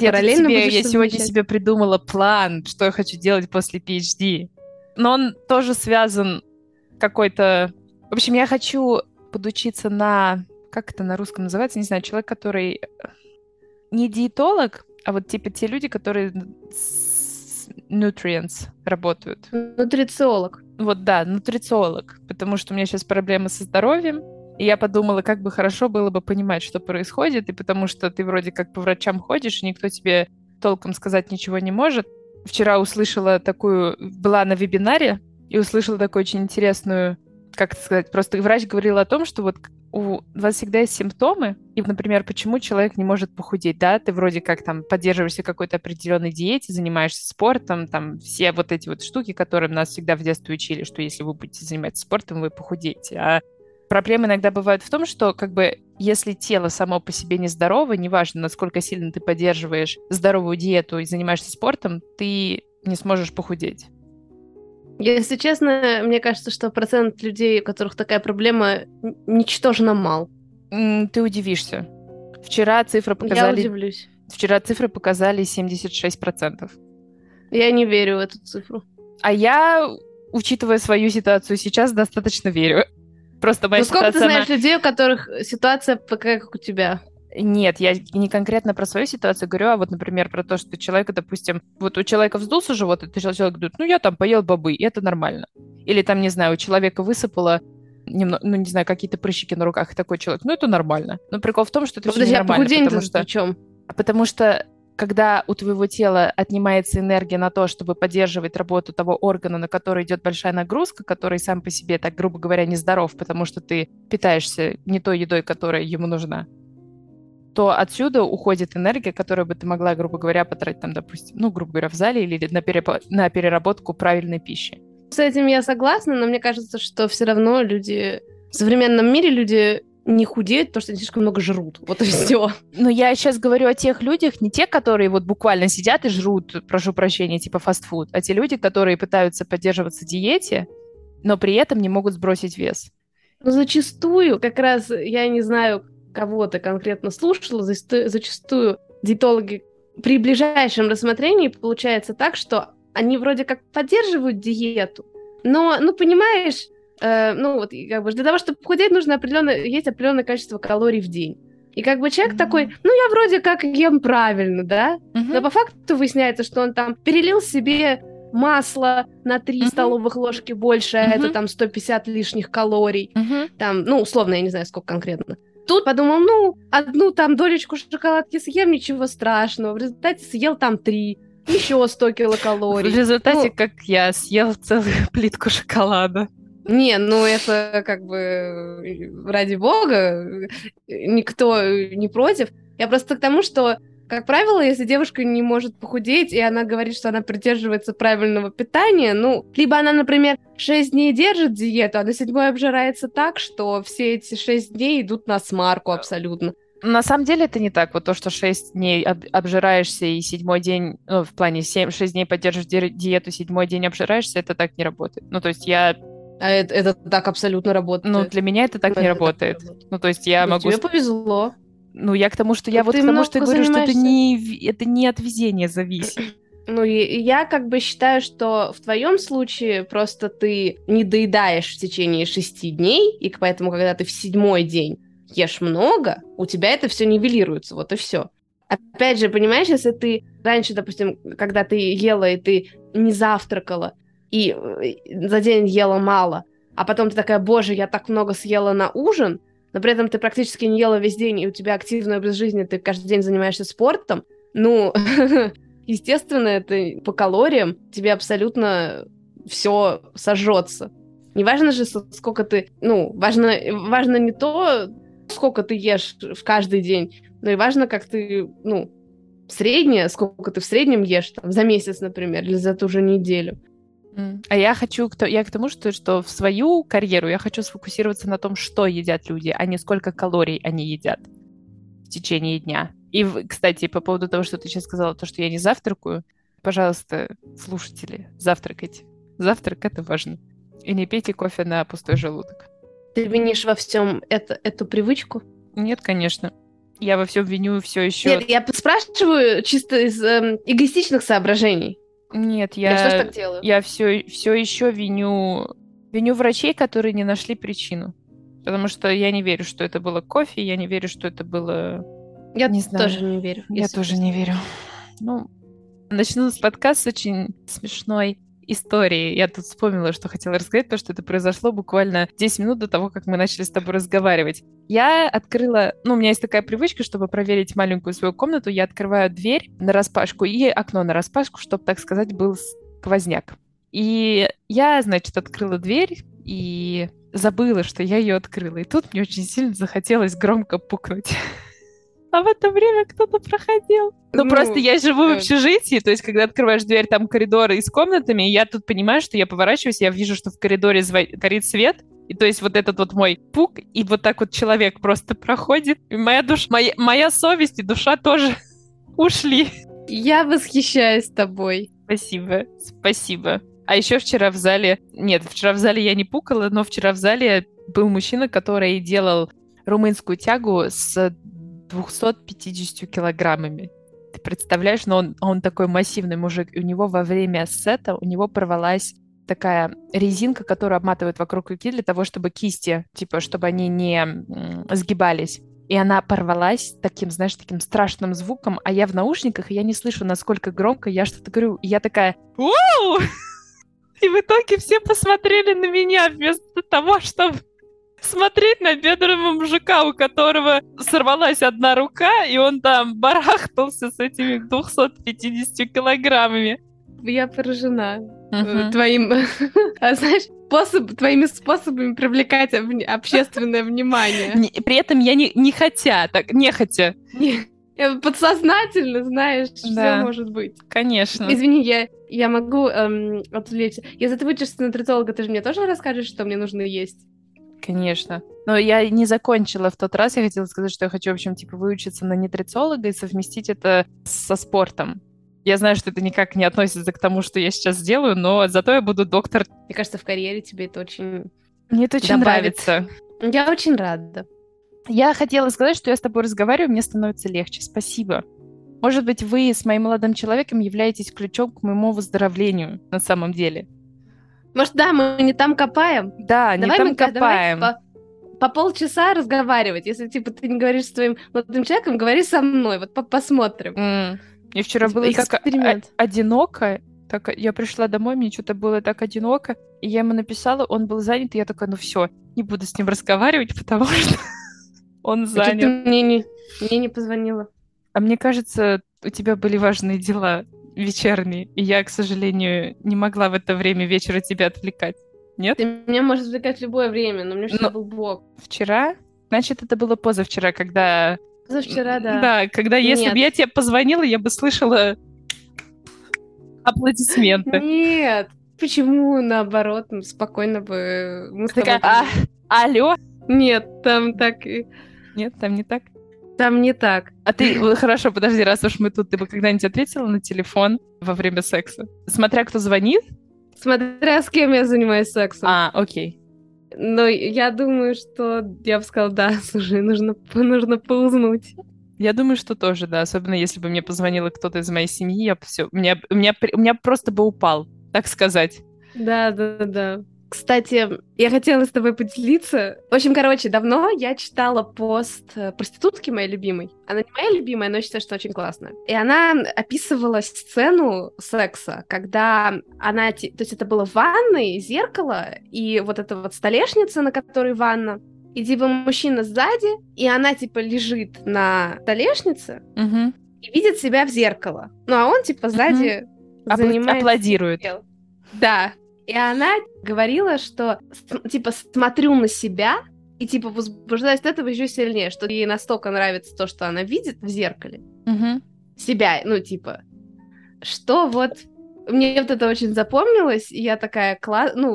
я тут параллельно себе, будешь я сегодня совмещать. себе придумала план, что я хочу делать после PhD. Но он тоже связан какой-то... В общем, я хочу подучиться на... Как это на русском называется? Не знаю, человек, который не диетолог, а вот типа те люди, которые с nutrients работают. Нутрициолог. Вот да, нутрициолог, потому что у меня сейчас проблемы со здоровьем, и я подумала, как бы хорошо было бы понимать, что происходит, и потому что ты вроде как по врачам ходишь, и никто тебе толком сказать ничего не может. Вчера услышала такую, была на вебинаре, и услышала такую очень интересную, как это сказать, просто врач говорил о том, что вот у вас всегда есть симптомы, и, например, почему человек не может похудеть, да, ты вроде как там поддерживаешься какой-то определенной диете, занимаешься спортом, там все вот эти вот штуки, которым нас всегда в детстве учили, что если вы будете заниматься спортом, вы похудеете. А проблема иногда бывает в том, что как бы если тело само по себе нездорово, неважно, насколько сильно ты поддерживаешь здоровую диету и занимаешься спортом, ты не сможешь похудеть. Если честно, мне кажется, что процент людей, у которых такая проблема, ничтожно мал. Ты удивишься. Вчера цифры Я показали, удивлюсь. вчера цифры показали 76%. Я не верю в эту цифру. А я, учитывая свою ситуацию сейчас, достаточно верю. Просто моя Ну сколько ты ситуация, она... знаешь людей, у которых ситуация такая, как у тебя? Нет, я не конкретно про свою ситуацию говорю, а вот, например, про то, что человека, допустим, вот у человека вздулся живот, и человек говорит, ну, я там поел бобы, и это нормально. Или там, не знаю, у человека высыпало немного, ну, не знаю, какие-то прыщики на руках, и такой человек, ну, это нормально. Но прикол в том, что это все Подожди, а ненормально, похудение-то при чем? потому что когда у твоего тела отнимается энергия на то, чтобы поддерживать работу того органа, на который идет большая нагрузка, который сам по себе, так грубо говоря, нездоров, потому что ты питаешься не той едой, которая ему нужна, то отсюда уходит энергия, которую бы ты могла, грубо говоря, потратить там, допустим, ну, грубо говоря, в зале или на переработку правильной пищи. С этим я согласна, но мне кажется, что все равно люди... В современном мире люди не худеют, потому что они слишком много жрут. Вот и все. Но я сейчас говорю о тех людях, не те, которые вот буквально сидят и жрут, прошу прощения, типа фастфуд, а те люди, которые пытаются поддерживаться диете, но при этом не могут сбросить вес. Но зачастую, как раз, я не знаю, кого ты конкретно слушала, зачастую диетологи при ближайшем рассмотрении получается так, что они вроде как поддерживают диету, но, ну, понимаешь, ну, вот, как бы для того, чтобы похудеть, нужно есть определенное количество калорий в день. И как бы человек такой, ну, я вроде как ем правильно, да? Но Мгм. по факту выясняется, что он там перелил себе масло на 3 Мгм. столовых ложки больше, а это Мгм. там 150 лишних калорий. Мгм. Там, ну, условно, я не знаю, сколько конкретно. Тут подумал, ну, одну там долечку шоколадки съем, ничего страшного. В результате съел там 3, еще 100 В килокалорий. результате, Ну, как я съел целую плитку шоколада. не, ну это как бы ради бога, никто не против. Я просто к тому, что, как правило, если девушка не может похудеть, и она говорит, что она придерживается правильного питания, ну, либо она, например, 6 дней держит диету, а на 7-й обжирается так, что все эти 6 дней идут на смарку абсолютно. На самом деле это не так. Вот то, что 6 дней обжираешься и седьмой день, ну, в плане 6 дней поддерживаешь диету, седьмой день обжираешься, это так не работает. Ну, то есть А это так абсолютно ну, работает. для меня это Ну, так не это так не работает. работает. Ну, то есть я Ну, могу... тебе повезло. Ну, я к тому, что я вот Ты к тому, что я много говорю, что занимаешься. это не от везения зависит. Ну, и я как бы считаю, что в твоем случае просто ты не доедаешь в течение 6 дней, и поэтому, когда ты в 7-й день ешь много, у тебя это все нивелируется, вот и все. Опять же, понимаешь, если ты раньше, допустим, когда ты ела и ты не завтракала, и за день ела мало, а потом ты такая, боже, я так много съела на ужин, но при этом ты практически не ела весь день, и у тебя активный образ жизни, ты каждый день занимаешься спортом, ну, естественно, это по калориям тебе абсолютно все сожжется. Не важно же, сколько ты... Ну, важно не то, сколько ты ешь в каждый день, но и важно, как ты, ну, среднее, сколько ты в среднем ешь там, за месяц, например, или за ту же неделю. А я к тому, что в свою карьеру я хочу сфокусироваться на том, что едят люди, а не сколько калорий они едят в течение дня. И, кстати, по поводу того, что ты сейчас сказала, то, что я не завтракаю, пожалуйста, слушатели, завтракайте. Завтрак — это важно. И не пейте кофе на пустой желудок. Ты винишь во всем эту привычку? Нет, конечно. Я во всем виню все еще... Нет, я спрашиваю чисто из эгоистичных соображений. Нет, Я что ж так делаю? я все еще виню врачей, которые не нашли причину. Потому что я не верю, что это было кофе, я не верю, что это было... Я не знаю. тоже не верю. Я тоже не верю. Ну, начну с подкаста с очень смешной истории. Я тут вспомнила, что хотела рассказать, потому что это произошло буквально 10 минут до того, как мы начали с тобой разговаривать. Я открыла... Ну, у меня есть такая привычка, чтобы проверить маленькую свою комнату, я открываю дверь нараспашку и окно нараспашку, чтобы, так сказать, был сквозняк. И я, значит, открыла дверь и забыла, что я ее открыла. И тут мне очень сильно захотелось громко пукнуть. А в это время кто-то проходил. Ну, просто я живу в общежитии, то есть, когда открываешь дверь, там коридоры с комнатами, и я тут понимаю, что я поворачиваюсь, я вижу, что в коридоре горит свет, и то есть вот этот вот мой пук, и вот так вот человек просто проходит, и моя душа, моя совесть и душа тоже ушли. Я восхищаюсь тобой. Спасибо, спасибо. А еще вчера в зале... Нет, вчера в зале я не пукала, но вчера в зале был мужчина, который делал румынскую тягу с 250 килограммами. Ты представляешь, но он такой массивный мужик, и у него во время сета у него порвалась такая резинка, которую обматывают вокруг руки для того, чтобы кисти, типа, чтобы они не сгибались. И она порвалась таким, знаешь, таким страшным звуком, а я в наушниках, и я не слышу, насколько громко я что-то говорю. И я такая «Вау!» И в итоге все посмотрели на меня вместо того, чтобы смотреть на бедренного мужика, у которого сорвалась одна рука, и он там барахтался с этими 250 килограммами. Я поражена твоим, знаешь, твоими способами привлекать общественное внимание. При этом я не хотя, так, нехотя. Подсознательно, знаешь, все может быть. Конечно. Извини, я могу отвлечься. Если ты будешь на нутрициолога, ты же мне тоже расскажешь, что мне нужно есть? Конечно. Но я не закончила в тот раз. Я хотела сказать, что я хочу, в общем, типа, выучиться на нутрициолога и совместить это со спортом. Я знаю, что это никак не относится к тому, что я сейчас делаю, но зато я буду доктор. Мне кажется, в карьере тебе это очень... Мне это очень нравится. Я очень рада. Я хотела сказать, что я с тобой разговариваю, мне становится легче. Спасибо. Может быть, вы с моим молодым человеком являетесь ключом к моему выздоровлению на самом деле. Может, да, мы не там копаем? Да, давай не там копаем. Давай по полчаса разговаривать. Если, типа, ты не говоришь с твоим молодым человеком, говори со мной. Вот посмотрим. Мне вчера было так одиноко. Так, я пришла домой, мне что-то было так одиноко. И я ему написала, он был занят, и я такая, ну все, не буду с ним разговаривать, потому что он занят. Ты мне не позвонила. А мне кажется, у тебя были важные дела вечерние, и я, к сожалению, не могла в это время вечера тебя отвлекать. Нет? Ты меня можешь отвлекать в любое время, но у меня вчера был блок. Вчера? Значит, это было позавчера, когда... Позавчера, да. Да, когда если бы я тебе позвонила, я бы слышала аплодисменты. Нет, почему наоборот? Спокойно бы... Мы такая, алло? Нет, там так... Нет, там не так? Там не так. А ты, хорошо, подожди, раз уж мы тут, ты бы когда-нибудь ответила на телефон во время секса? Смотря кто звонит? Смотря с кем я занимаюсь сексом. Окей. Но я думаю, что я бы сказала, да, слушай, нужно поузнуть. Я думаю, что тоже, да. Особенно если бы мне позвонил кто-то из моей семьи, я все, у меня просто бы упал, так сказать. Да. Кстати, я хотела с тобой поделиться. В общем, давно я читала пост проститутки моей любимой. Она не моя любимая, но я считаю, что очень классная. И она описывала сцену секса, когда она... То есть это было в ванной, зеркало, и вот эта вот столешница, на которой ванна, и типа мужчина сзади, и она типа лежит на столешнице и видит себя в зеркало. Ну, а он типа сзади занимается... Аплодирует. Да. И она говорила, что, типа, смотрю на себя и, типа, возбуждаюсь от этого еще сильнее, что ей настолько нравится то, что она видит в зеркале. Себя, ну, типа, что вот... Мне вот это очень запомнилось, и я такая, классно.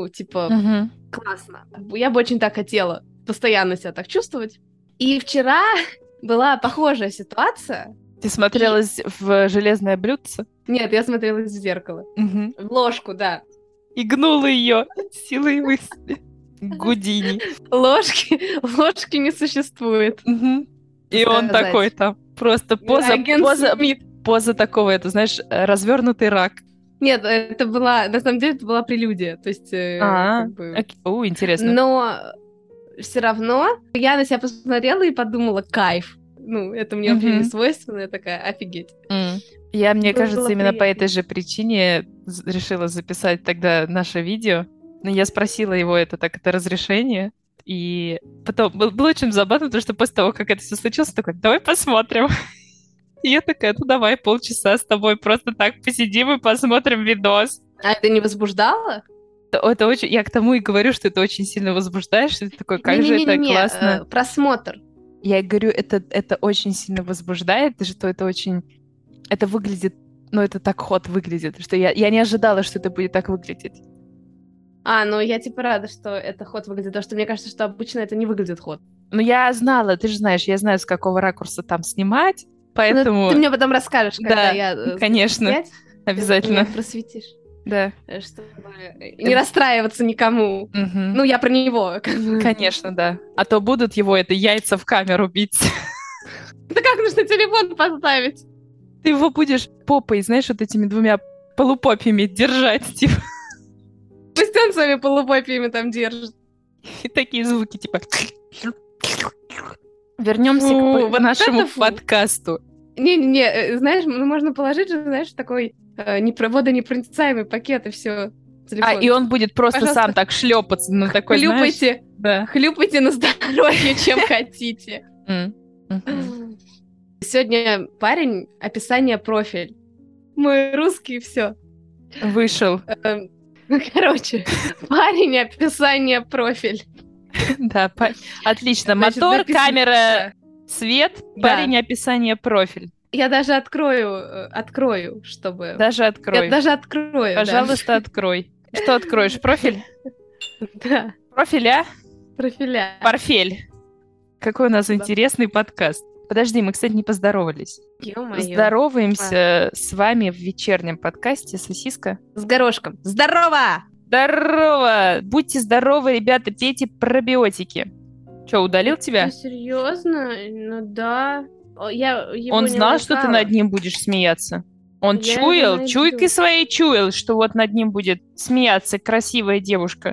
Я бы очень так хотела постоянно себя так чувствовать. И вчера была похожая ситуация. Ты смотрелась в железное блюдце? Нет, я смотрелась в зеркало. В ложку, да. И гнула ее силой мысли. Гудини. Ложки не существует. И он такой там, просто поза Агент Смит. поза такого, это, знаешь, развернутый рак. Нет, это была, на самом деле, это была прелюдия, то есть, как бы... Интересно. Но все равно я на себя посмотрела и подумала, кайф. Ну, это мне вообще не свойственно, я такая, офигеть. Мне кажется, было именно приятно. по этой же причине решила записать тогда наше видео. Но я спросила его это разрешение. И потом было очень забавно, потому что после того, как это все случилось, он такой, давай посмотрим. И я такая, ну давай полчаса с тобой просто так посидим и посмотрим видос. А это не возбуждало? Это очень... Я к тому и говорю, что это очень сильно возбуждает, что ты такой, как же это классно. Просмотр. Я говорю, это очень сильно возбуждает, что это очень... Это выглядит... Ну, это так ход выглядит, что я не ожидала, что это будет так выглядеть. Ну я типа рада, что это ход выглядит, потому что мне кажется, что обычно это не выглядит ход. Ну, я знала, ты же знаешь, я знаю, с какого ракурса там снимать, поэтому... Ты мне потом расскажешь, когда я... конечно, обязательно. Ты меня просветишь. Да. Чтобы не расстраиваться никому. Ну, я про него. Конечно, да. А то будут его яйца в камеру бить. Да как нужно телефон поставить? Ты его будешь попой, знаешь, вот этими двумя полупопьями держать, типа. Пусть он своими полупопьями там держит. И такие звуки, типа... Вернемся к нашему подкасту. Не-не-не, знаешь, можно положить же, знаешь, такой водонепроницаемый пакет, и все. И он будет просто сам так шлепаться на такой, хлюпайте, знаешь... Хлюпайте на здоровье, чем хотите. Сегодня парень, описание профиль. Мой русский, все. Вышел. Короче, парень, описание профиль. Да, отлично. Мотор, камера, свет, парень, описание профиль. Я даже открою, чтобы... Даже открой. Я даже открою, пожалуйста, открой. Что откроешь? Профиль? Да. Профиля? Профиля. Портфель. Какой у нас интересный подкаст. Подожди, мы, кстати, не поздоровались. Ё-моё. Здороваемся с вами в вечернем подкасте «Сосиска». С горошком. Здорово! Здорово! Будьте здоровы, ребята, пейте пробиотики. Что, удалил тебя? Серьезно? Ну да. Он знал, что ты над ним будешь смеяться? Он чуял, чуйкой своей чуял, что вот над ним будет смеяться красивая девушка.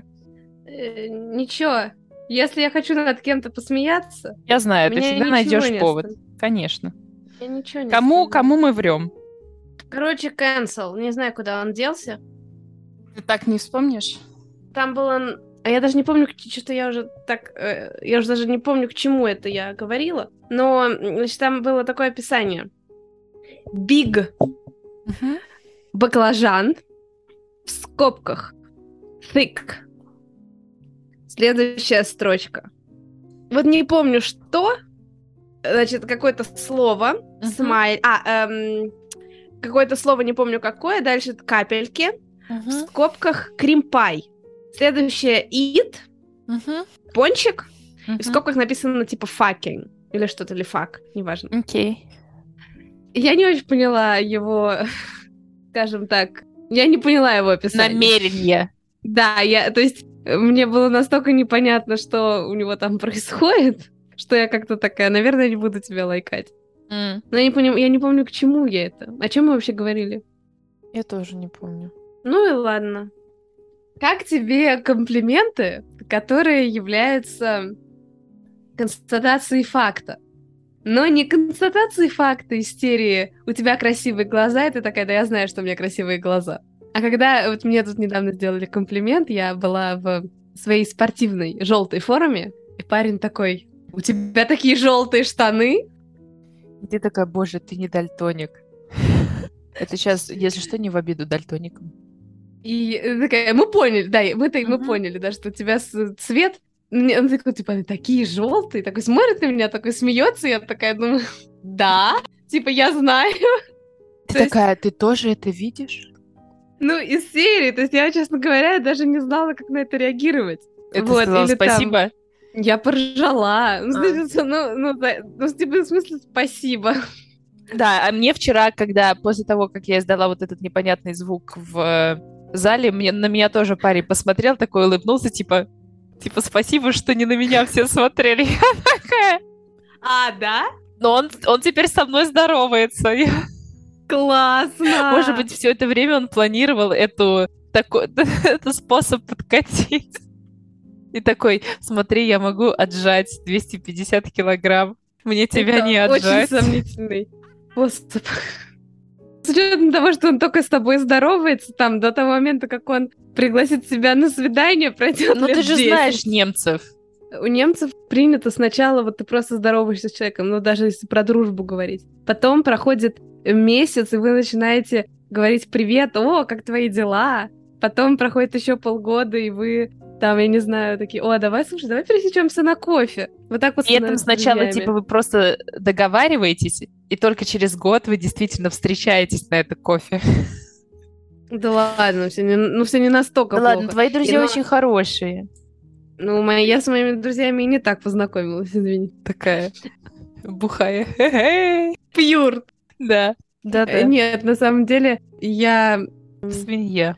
Ничего. Если я хочу над кем-то посмеяться... Я знаю, ты всегда найдешь повод. Конечно. Я ничего не Кому мы врем? Короче, cancel. Не знаю, куда он делся. Ты так не вспомнишь? Там было... А я даже не помню, что-то я уже так... Я уже даже не помню, к чему это я говорила. Но, значит, там было такое описание. Big баклажан в скобках thick. Следующая строчка. Вот не помню, что. Значит, какое-то слово. Смайл. Какое-то слово, не помню какое. Дальше капельки. В скобках крем-пай. Следующее eat. Пончик. И в скобках написано типа fucking. Или что-то, или fuck. Неважно. Окей. Я не очень поняла его, скажем так, я не поняла его описание. Намерение. Да, то есть мне было настолько непонятно, что у него там происходит, что я как-то такая, наверное, не буду тебя лайкать. Но я не помню, к чему я это. О чем мы вообще говорили? Я тоже не помню. Ну и ладно. Как тебе комплименты, которые являются констатацией факта? Но не констатации факта из серии «У тебя красивые глаза», и ты такая, да я знаю, что у меня красивые глаза. А когда вот мне тут недавно сделали комплимент, я была в своей спортивной желтой форме, и парень такой, у тебя такие желтые штаны? И ты такая, боже, ты не дальтоник. Это сейчас, если что, не в обиду дальтоникам. И такая, мы поняли, да, мы поняли, да, что у тебя цвет... Он такой, типа, такие желтые, такой смотрит на меня, такой смеется, я такая думаю, да, типа, я знаю. Ты такая, ты тоже это видишь? Ну, из серии, то есть я, честно говоря, даже не знала, как на это реагировать. Это сказала спасибо? Я поржала. Типа, в смысле, спасибо. Да, а мне вчера, когда после того, как я издала вот этот непонятный звук в зале, на меня тоже парень посмотрел, такой улыбнулся, типа, спасибо, что не на меня все смотрели. Я такая... Да? Но он теперь со мной здоровается. Классно! Может быть, все это время он планировал это способ подкатить. И такой, смотри, я могу отжать 250 килограмм. Мне тебя не отжать. Очень сомнительный способ. С учетом того, что он только с тобой здоровается, там, до того момента, как он пригласит себя на свидание, пройдет Ну, лет ты же 10. знаешь немцев. У немцев принято сначала, вот ты просто здороваешься с человеком, ну, даже если про дружбу говорить. Потом проходит месяц, и вы начинаете говорить «Привет, о, как твои дела?» Потом проходит еще полгода, и вы там, я не знаю, такие «О, давай, слушай, давай пересечемся на кофе». Вот так вот И это сначала, друзьями. типа, вы просто договариваетесь, и только через год вы действительно встречаетесь на это кофе. Да ладно, все не настолько Да плохо. ладно, твои друзья очень хорошие. Ну, я с моими друзьями и не так познакомилась, извини. Такая бухая. Пьюр. Да. Нет, на самом деле, я... Свинья.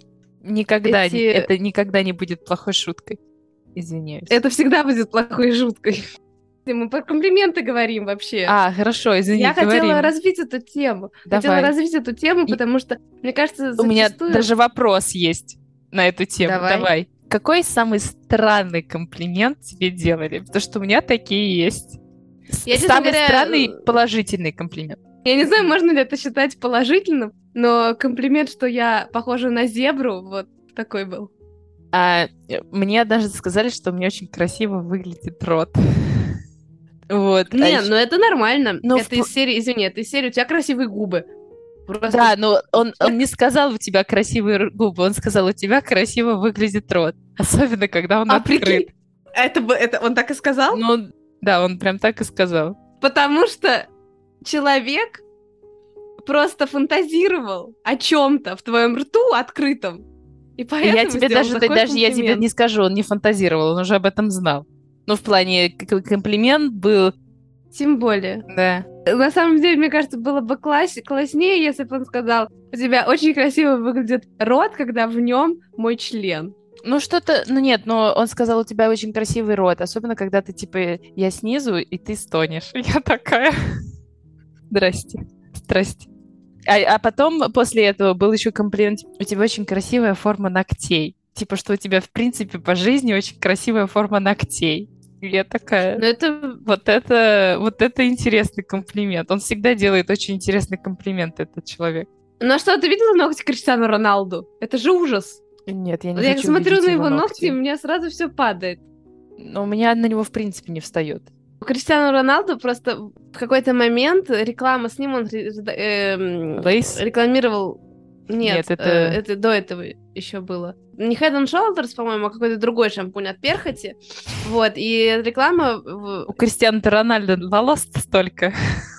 Это никогда не будет плохой шуткой. Извиняюсь. Это всегда будет плохой шуткой. Мы про комплименты говорим вообще. Хорошо, извини, Я хотела развить эту тему. Потому что, мне кажется, зачастую... У меня даже вопрос есть на эту тему. Давай. Какой самый странный комплимент тебе делали? Потому что у меня такие есть. Самый странный положительный комплимент. Я не знаю, можно ли это считать положительным, но комплимент, что я похожа на зебру, вот такой был. Мне однажды сказали, что у меня очень красиво выглядит рот. Вот. Не, ну это нормально. Но это из серии, извини, это из серии «У тебя красивые губы». Просто... Да, но он не сказал «У тебя красивые губы», он сказал «У тебя красиво выглядит рот». Особенно, когда он открыт. Прикинь, это он так и сказал? Ну, да, он прям так и сказал. Потому что человек просто фантазировал о чем-то в твоем рту открытом. И поэтому я тебе я тебе не скажу, он не фантазировал, он уже об этом знал. Ну, в плане, комплимент был... Тем более. Да. На самом деле, мне кажется, было бы класснее, если бы он сказал: у тебя очень красиво выглядит рот, когда в нем мой член. Ну, что-то... Ну, нет, но он сказал, у тебя очень красивый рот, особенно, когда ты, типа, я снизу, и ты стонешь. Я такая... Здрасте. А потом, после этого, был еще комплимент: у тебя очень красивая форма ногтей. Типа, что у тебя, в принципе, по жизни очень красивая форма ногтей. И я такая... Ну, это... Вот это интересный комплимент. Он всегда делает очень интересный комплимент, этот человек. Ну, а что, ты видела ногти Криштиану Роналду? Это же ужас. Нет, я не хочу. Я смотрю на его ногти, и у меня сразу все падает. Но у меня на него, в принципе, не встает. У Криштиану Роналду просто в какой-то момент реклама с ним, он рекламировал... Нет, это до этого еще было. Не Head and Shoulders, по-моему, а какой-то другой шампунь от перхоти. Вот, и реклама... У Криштиану Рональдо волос столько.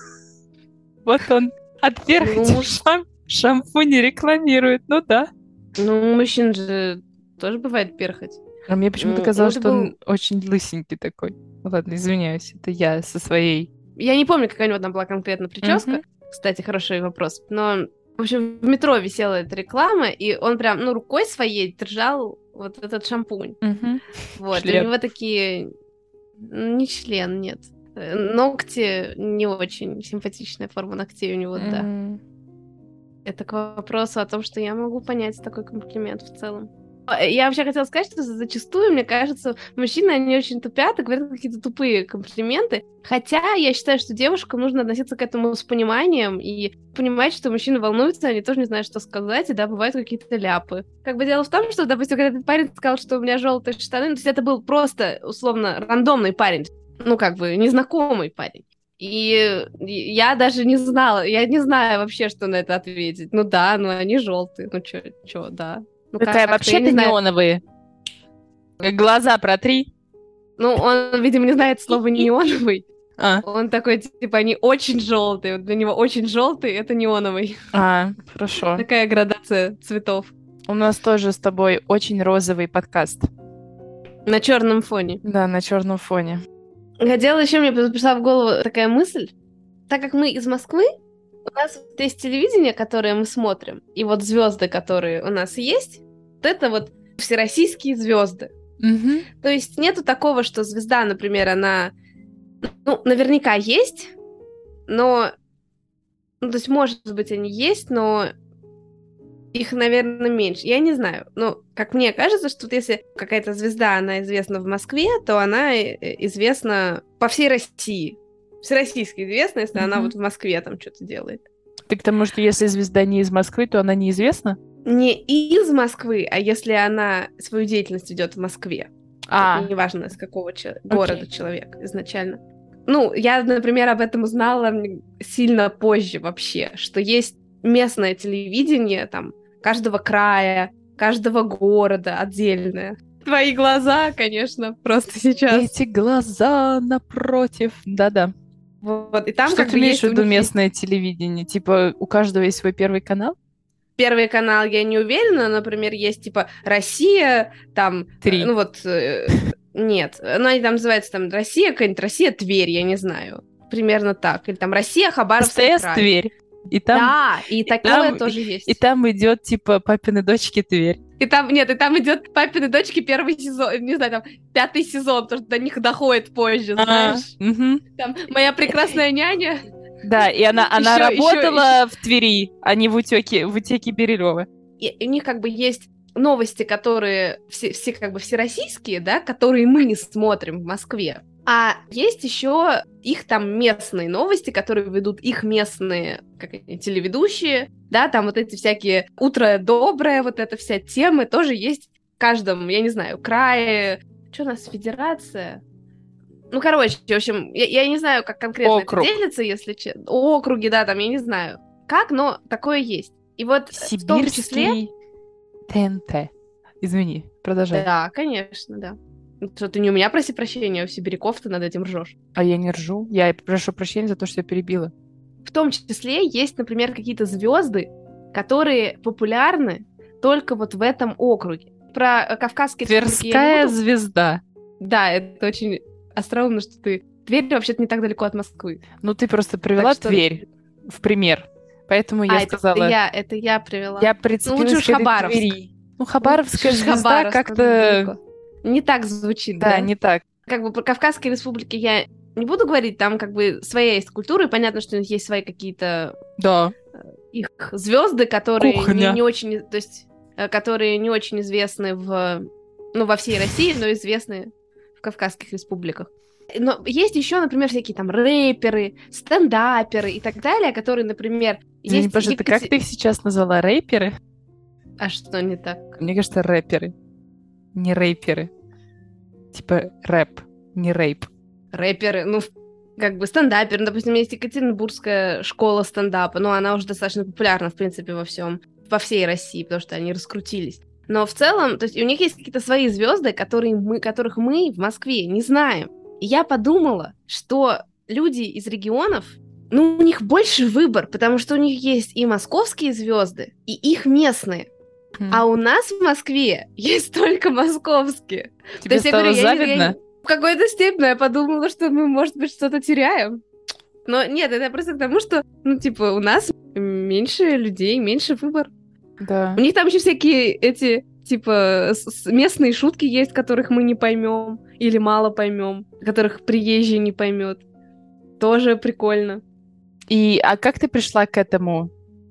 Вот он от перхоти шампунь рекламирует, ну да. Ну, у мужчин же тоже бывает перхоть. А мне почему-то казалось, что он очень лысенький такой. Ладно, извиняюсь, это я со своей... Я не помню, какая у него там была конкретно прическа. Кстати, хороший вопрос. Но, в общем, в метро висела эта реклама, и он прям, рукой своей держал вот этот шампунь. Вот, член. У него такие... Не член, нет. Ногти не очень симпатичная форма ногтей у него, да. Это к вопросу о том, что я могу понять такой комплимент в целом. Я вообще хотела сказать, что зачастую, мне кажется, мужчины, они очень тупят и говорят какие-то тупые комплименты. Хотя я считаю, что девушкам нужно относиться к этому с пониманием и понимать, что мужчины волнуются, они тоже не знают, что сказать, и да, бывают какие-то ляпы. Как бы дело в том, что, допустим, когда этот парень сказал, что у меня желтые штаны, то есть это был просто, условно, рандомный парень, незнакомый парень. И я даже не знала, я не знаю вообще, что на это ответить. Ну да, они желтые, чё, да. Какая вообще-то неоновые. Глаза протри. Он, видимо, не знает слова неоновый. Он такой, типа, они очень желтые. Для него очень желтый — это неоновый. Хорошо. Такая градация цветов. У нас тоже с тобой очень розовый подкаст. На черном фоне. Да, на черном фоне. Хотела еще, мне пришла в голову такая мысль. Так как мы из Москвы, у нас есть телевидение, которое мы смотрим, и вот звезды, которые у нас есть, вот это вот всероссийские звезды. То есть нету такого, что звезда, например, она, наверняка есть, но... Ну, то есть, может быть, они есть, но их, наверное, меньше. Я не знаю. Но, как мне кажется, что вот если какая-то звезда, она известна в Москве, то она известна по всей России. Всероссийски известна, если она вот в Москве там что-то делает. Ты к тому, что если звезда не из Москвы, то она неизвестна? Не из Москвы, а если она свою деятельность ведет в Москве. Неважно, из какого города человек изначально. Ну, я, например, об этом узнала сильно позже вообще, что есть местное телевидение там каждого края, каждого города отдельное. Твои глаза, конечно, просто сейчас. Эти глаза напротив. Да-да. Вот, и там что как ты бы имеешь в виду местное есть... телевидение? Типа у каждого есть свой первый канал? Первый канал я не уверена, например, есть типа Россия, там, 3. ну вот, нет, ну они там называются там Россия, какая-нибудь Россия, Тверь, я не знаю, примерно так, или там Россия, Хабаровский СТС, край. Тверь. И там, да, и такое тоже есть. И там идет типа папины дочки Тверь. И там идет папины дочки первый сезон, не знаю, там 5-й сезон, потому что до них доходит позже, знаешь. Там моя прекрасная няня. Да, и она работала в Твери, а не в утеке Бирюлева. И у них как бы есть новости, которые все как бы всероссийские, да, которые мы не смотрим в Москве. А есть еще их там местные новости, которые ведут их местные телеведущие, да, там вот эти всякие «Утро доброе», вот эта вся тема тоже есть в каждом, я не знаю, крае. Что у нас, федерация? Ну, короче, в общем, я не знаю, как конкретно это делится, если честно. Округи, да, там, я не знаю как, но такое есть. И вот Сибирский в том числе... ТНТ. Извини, продолжай. Да, конечно, да. Что ты не у меня проси прощения, а у сибиряков ты над этим ржешь. А я не ржу. Я прошу прощения за то, что я перебила. В том числе есть, например, какие-то звезды, которые популярны только вот в этом округе. Про Кавказские республики Тверская звезда. Да, это очень остроумно, что ты... Тверь вообще-то не так далеко от Москвы. Ну, ты просто привела Тверь в пример. Поэтому я сказала... Это я привела. Я прицепилась лучше к Хабаровск. Твери. Ну, Хабаровская звезда как-то... Не так звучит, да? Да, не так. Как бы про Кавказские республики я не буду говорить, там как бы своя есть культура, и понятно, что у них есть свои какие-то... Да. Их звезды, которые не очень... То есть, которые не очень известны во всей России, но известны в Кавказских республиках. Но есть еще, например, всякие там рэперы, стендаперы и так далее, которые, например... Извини, пожалуйста, как ты их сейчас назвала? Рэперы? А что не так? Мне кажется, рэперы. Не рэперы. Типа рэп, не рэйп. Рэперы, ну, как бы стендаперы. Допустим, есть Екатеринбургская школа стендапа, но она уже достаточно популярна, в принципе, во всей России, потому что они раскрутились. Но в целом, то есть у них есть какие-то свои звезды, которых мы в Москве не знаем. И я подумала, что люди из регионов, у них больше выбор, потому что у них есть и московские звезды, и их местные. А у нас в Москве есть только московские. Тебе То есть, стало завидно? В какой-то степени я подумала, что мы, может быть, что-то теряем. Но нет, это просто к тому, что, у нас меньше людей, меньше выбор. Да. У них там еще всякие эти, местные шутки есть, которых мы не поймем или мало поймем, которых приезжий не поймет. Тоже прикольно. А как ты пришла к этому?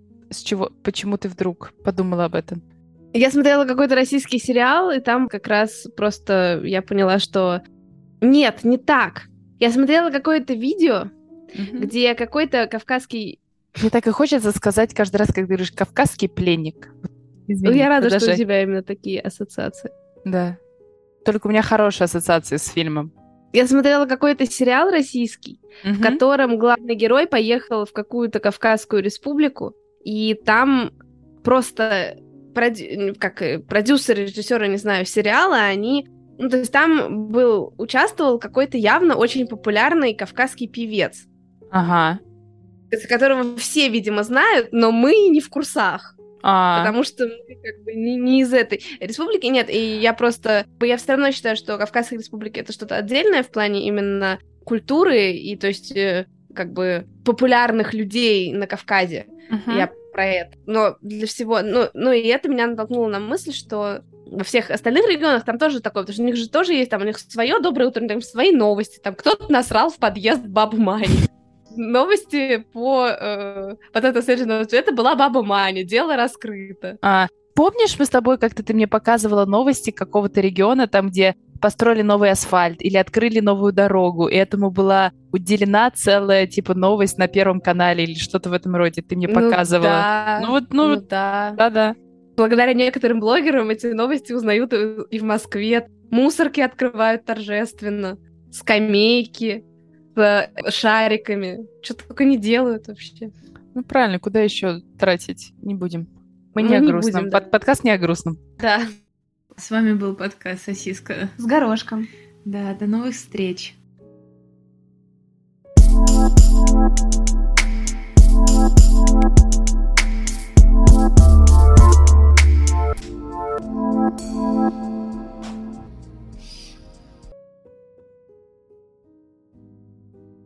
Почему ты вдруг подумала об этом? Я смотрела какой-то российский сериал, и там как раз просто я поняла, что нет, не так. Я смотрела какое-то видео, где какой-то кавказский... Мне так и хочется сказать каждый раз, когда ты говоришь «кавказский пленник». Извини, я рада, что у тебя именно такие ассоциации. Да. Только у меня хорошие ассоциации с фильмом. Я смотрела какой-то сериал российский, в котором главный герой поехал в какую-то Кавказскую республику, и там просто продюсеры, режиссеры, не знаю, сериала, они... то есть там участвовал какой-то явно очень популярный кавказский певец. Ага. Которого все, видимо, знают, но мы не в курсах. Потому что мы как бы не из этой республики. Нет, и я все равно считаю, что Кавказская республика — это что-то отдельное в плане именно культуры и, то есть, как бы популярных людей на Кавказе. Я про это. Но для всего... и это меня натолкнуло на мысль, что во всех остальных регионах там тоже такое, потому что у них же тоже есть, там у них свое доброе утро, там свои новости, там кто-то насрал в подъезд бабу Мани. новости по это следующее. Это была баба Маня, дело раскрыто. Помнишь, мы с тобой как-то ты мне показывала новости какого-то региона, там, где построили новый асфальт или открыли новую дорогу, и этому была уделена целая, типа, новость на Первом канале или что-то в этом роде. Ты мне показывала. Да. Да. Благодаря некоторым блогерам эти новости узнают и в Москве. Мусорки открывают торжественно, скамейки с шариками. Что только не делают вообще. Ну, правильно, куда еще тратить? Не будем. Мы Мы не о не грустном. будем, да. Подкаст не о грустном. Да. С вами был подкаст «Сосиска с горошком». Да, до новых встреч. Thank you.